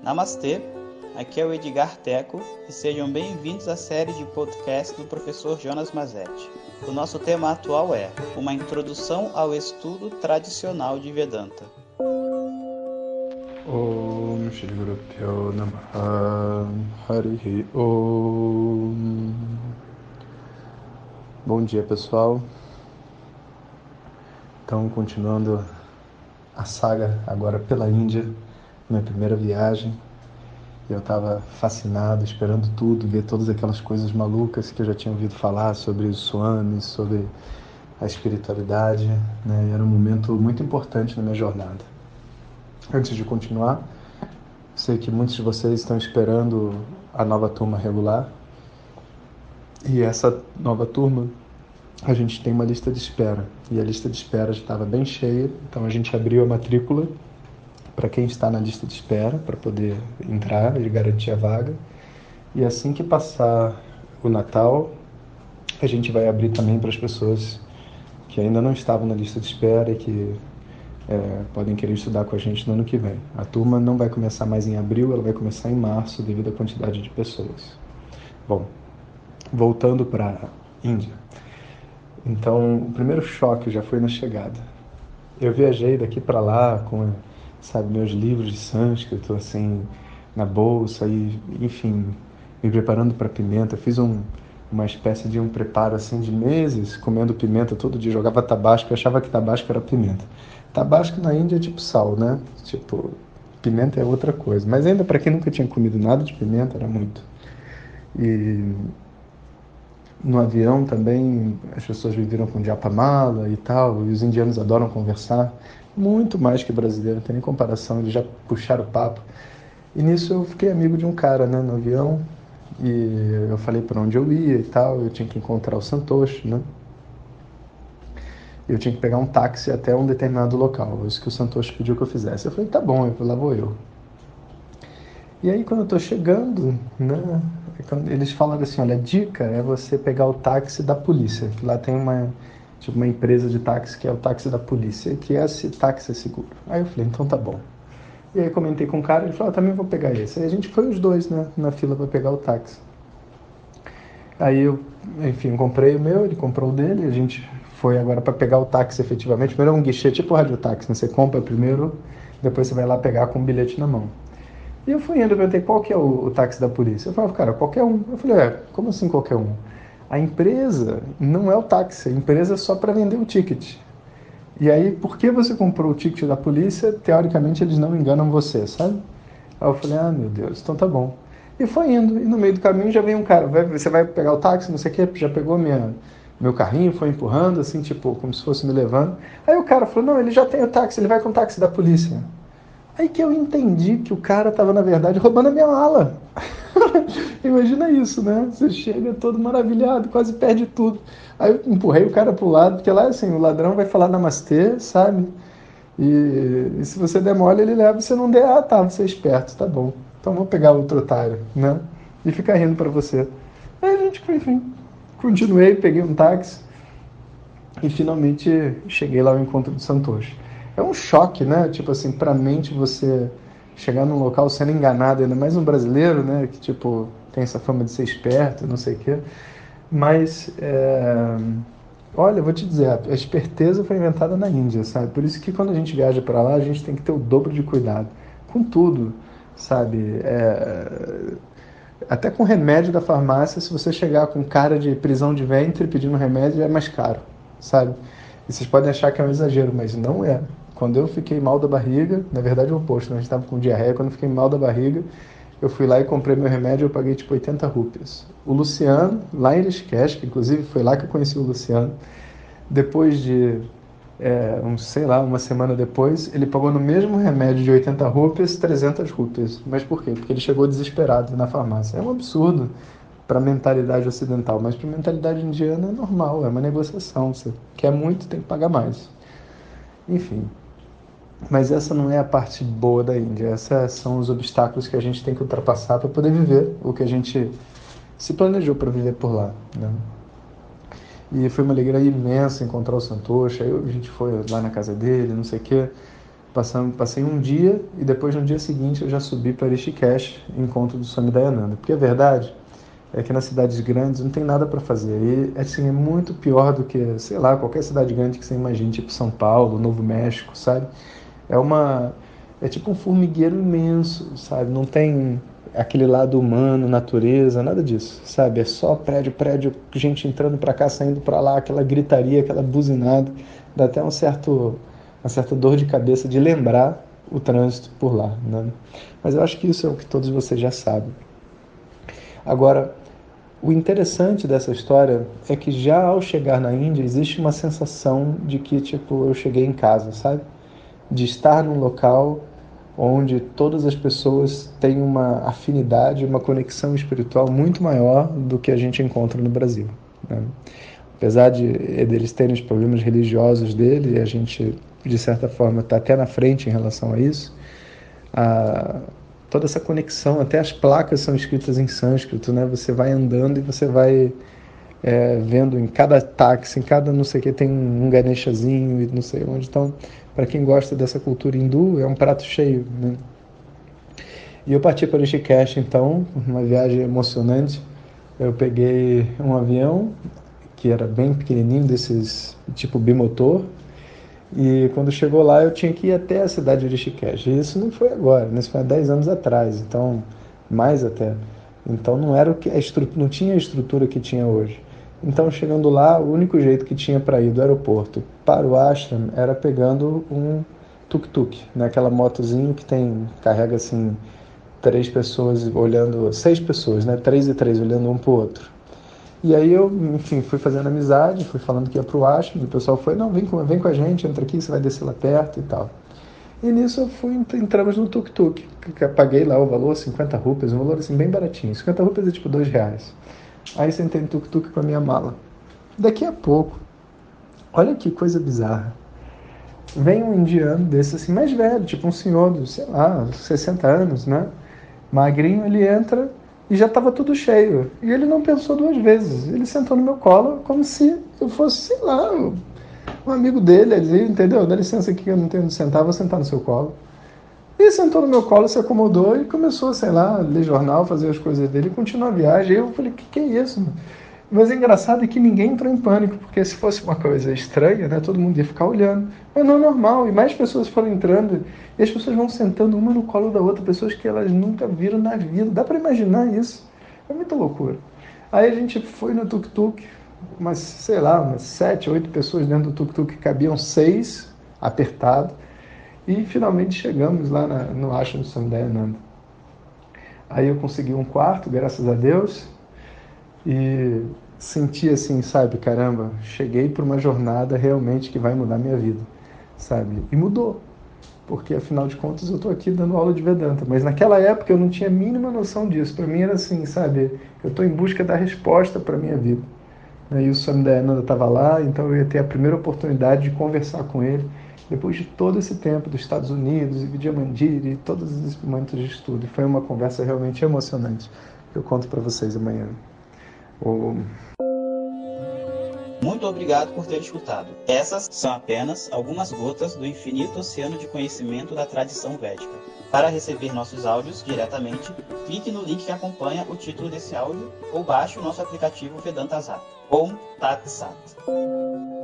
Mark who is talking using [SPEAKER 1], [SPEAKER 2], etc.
[SPEAKER 1] Namastê, aqui é o Edgar Teco e sejam bem-vindos à série de podcast do professor Jonas Mazetti. O nosso tema atual é uma introdução ao estudo tradicional de Vedanta.
[SPEAKER 2] Om Shri Guru Pyo Namaha Harihi Om. Bom dia, pessoal. Então, continuando a saga agora pela Índia, minha primeira viagem. Eu estava fascinado, esperando tudo, ver todas aquelas coisas malucas que eu já tinha ouvido falar sobre os swamis, sobre a espiritualidade, né? E era um momento muito importante na minha jornada. Antes de continuar, sei que muitos de vocês estão esperando a nova turma regular. E essa nova turma, a gente tem uma lista de espera. E a lista de espera já estava bem cheia, então a gente abriu a matrícula para quem está na lista de espera, para poder entrar e garantir a vaga. E assim que passar o Natal, a gente vai abrir também para as pessoas que ainda não estavam na lista de espera e que podem querer estudar com a gente no ano que vem. A turma não vai começar mais em abril, ela vai começar em março, devido à quantidade de pessoas. Bom, voltando para a Índia. Então, o primeiro choque já foi na chegada. Eu viajei daqui para lá com, meus livros de sânscrito, assim, na bolsa e, enfim, me preparando para pimenta. Fiz uma espécie de um preparo, assim, de meses, comendo pimenta todo dia. Jogava tabasco, eu achava que tabasco era pimenta. Tabasco na Índia é tipo sal, né? Tipo, pimenta é outra coisa. Mas ainda para quem nunca tinha comido nada de pimenta, era muito. E no avião também as pessoas viveram com japamala e tal, e os indianos adoram conversar, muito mais que brasileiro, não tem nem comparação, eles já puxaram o papo. E nisso eu fiquei amigo de um cara, né, no avião, e eu falei para onde eu ia e tal, eu tinha que encontrar o Santoshi, né? Eu tinha que pegar um táxi até um determinado local, isso que o Santoshi pediu que eu fizesse. Eu falei, tá bom, lá vou eu. E aí quando eu tô chegando, né, eles falaram assim, olha, a dica é você pegar o táxi da polícia, que lá tem uma empresa de táxi que é o táxi da polícia, que esse táxi é seguro. Aí eu falei, então tá bom. E aí comentei com o cara, ele falou, também vou pegar esse. Aí a gente foi os dois, né, na fila para pegar o táxi. Aí eu, enfim, comprei o meu, ele comprou o dele, a gente foi agora para pegar o táxi efetivamente. Primeiro é um guichê, tipo o radiotáxi, né? Você compra primeiro, depois você vai lá pegar com o bilhete na mão. E eu fui indo, eu perguntei qual que é o táxi da polícia. Eu falei, cara, qualquer um. Eu falei, como assim qualquer um? A empresa não é o táxi, a empresa é só para vender o ticket. E aí, por que você comprou o ticket da polícia? Teoricamente, eles não enganam você, sabe? Aí eu falei, meu Deus, então tá bom. E foi indo, e no meio do caminho já veio um cara, você vai pegar o táxi, não sei o quê, já pegou meu carrinho, foi empurrando, assim, tipo, como se fosse me levando. Aí o cara falou, não, ele já tem o táxi, ele vai com o táxi da polícia. Aí que eu entendi que o cara estava, na verdade, roubando a minha mala. Imagina isso, né? Você chega todo maravilhado, quase perde tudo. Aí eu empurrei o cara pro lado, porque lá, assim, o ladrão vai falar namastê, sabe? E se você der mole, ele leva. Se não der, tá, você é esperto, tá bom. Então vou pegar outro otário, né? E ficar rindo pra você. Aí a gente, enfim, continuei, peguei um táxi e finalmente cheguei lá ao encontro do Santoshi. É um choque, né? Tipo assim, pra mente você chegar num local sendo enganado, ainda mais um brasileiro, né? Que, tipo, tem essa fama de ser esperto, não sei o quê. Mas, olha, eu vou te dizer, a esperteza foi inventada na Índia, sabe? Por isso que quando a gente viaja para lá, a gente tem que ter o dobro de cuidado. Com tudo, sabe? Até com remédio da farmácia, se você chegar com cara de prisão de ventre pedindo remédio, é mais caro, sabe? E vocês podem achar que é um exagero, mas não é. Quando eu fiquei mal da barriga, na verdade é o oposto, né? A gente estava com diarreia, quando eu fiquei mal da barriga, eu fui lá e comprei meu remédio, eu paguei tipo 80 rúpias. O Luciano, lá em Rishikesh, que inclusive foi lá que eu conheci o Luciano, depois de, uma semana depois, ele pagou no mesmo remédio de 80 rúpias, 300 rúpias. Mas por quê? Porque ele chegou desesperado na farmácia. É um absurdo para a mentalidade ocidental, mas para a mentalidade indiana é normal, é uma negociação. Você quer muito, tem que pagar mais. Enfim. Mas essa não é a parte boa da Índia. Esses são os obstáculos que a gente tem que ultrapassar para poder viver o que a gente se planejou para viver por lá, né? E foi uma alegria imensa encontrar o Santoshi. Aí a gente foi lá na casa dele, não sei o quê. Passei um dia e depois no dia seguinte eu já subi para Rishikesh, encontro do Swami Dayananda. Porque a verdade é que nas cidades grandes não tem nada para fazer. E assim, é muito pior do que, sei lá, qualquer cidade grande que você imagine, tipo São Paulo, Novo México, sabe? É tipo um formigueiro imenso, sabe? Não tem aquele lado humano, natureza, nada disso, sabe? É só prédio, prédio, gente entrando para cá, saindo para lá, aquela gritaria, aquela buzinada. Dá até uma certa dor de cabeça de lembrar o trânsito por lá, né? Mas eu acho que isso é o que todos vocês já sabem. Agora, o interessante dessa história é que já ao chegar na Índia existe uma sensação de que, tipo, eu cheguei em casa, sabe? De estar num local onde todas as pessoas têm uma afinidade, uma conexão espiritual muito maior do que a gente encontra no Brasil, né? Apesar deles terem os problemas religiosos dele, e a gente, de certa forma, está até na frente em relação a isso, toda essa conexão, até as placas são escritas em sânscrito, né? Você vai andando e você vai vendo em cada táxi, em cada não sei o que, tem um Ganeshazinho e não sei onde. Então, para quem gosta dessa cultura hindu, é um prato cheio, né? E eu parti para Rishikesh, então, uma viagem emocionante. Eu peguei um avião que era bem pequenininho, desses tipo bimotor, e quando chegou lá eu tinha que ir até a cidade de Rishikesh. E isso não foi agora, isso foi há 10 anos atrás, então, mais até. Então não era não tinha a estrutura que tinha hoje. Então, chegando lá, o único jeito que tinha para ir do aeroporto para o ashram era pegando um tuk-tuk, né? Aquela motozinho que carrega assim 6 pessoas, né? 3 e 3 olhando um para o outro. E aí eu, enfim, fui fazendo amizade, fui falando que ia pro ashram, e o pessoal foi, não, vem com a gente, entra aqui, você vai descer lá perto e tal. E nisso entramos no tuk-tuk, que paguei lá o valor, 50 rupias, um valor assim bem baratinho, 50 rupias é tipo R$2. Aí sentei no tuk-tuk com a minha mala. Daqui a pouco, olha que coisa bizarra, vem um indiano desse assim, mais velho, tipo um senhor de, sei lá, 60 anos, né? Magrinho, ele entra e já estava tudo cheio. E ele não pensou duas vezes. Ele sentou no meu colo como se eu fosse, sei lá, um amigo dele ali, entendeu? Dá licença aqui, eu não tenho onde sentar, vou sentar no seu colo. E sentou no meu colo, se acomodou e começou, sei lá, a ler jornal, fazer as coisas dele e continuar a viagem. E eu falei, que é isso, mano? Mas o engraçado é que ninguém entrou em pânico, porque se fosse uma coisa estranha, né, todo mundo ia ficar olhando. Mas não é normal, e mais pessoas foram entrando, e as pessoas vão sentando uma no colo da outra, pessoas que elas nunca viram na vida. Dá para imaginar isso? É muita loucura. Aí a gente foi no tuk-tuk, sei lá, umas 7, 8 pessoas dentro do tuk-tuk, cabiam 6, apertado, e finalmente chegamos lá no ashram do Swami Dayananda. Aí eu consegui um quarto, graças a Deus, e senti assim, sabe, caramba, cheguei para uma jornada realmente que vai mudar minha vida, sabe? E mudou, porque afinal de contas eu estou aqui dando aula de Vedanta, mas naquela época eu não tinha a mínima noção disso. Para mim era assim, sabe, eu estou em busca da resposta para a minha vida. E o Swami Dayananda estava lá, então eu ia ter a primeira oportunidade de conversar com ele, depois de todo esse tempo dos Estados Unidos, e Vidyamandiri, e todos os momentos de estudo. E foi uma conversa realmente emocionante, que eu conto para vocês amanhã.
[SPEAKER 1] Muito obrigado por ter escutado. Essas são apenas algumas gotas do infinito oceano de conhecimento da tradição védica. Para receber nossos áudios diretamente, clique no link que acompanha o título desse áudio ou baixe o nosso aplicativo Vedanta Zap. Om Tat Sat.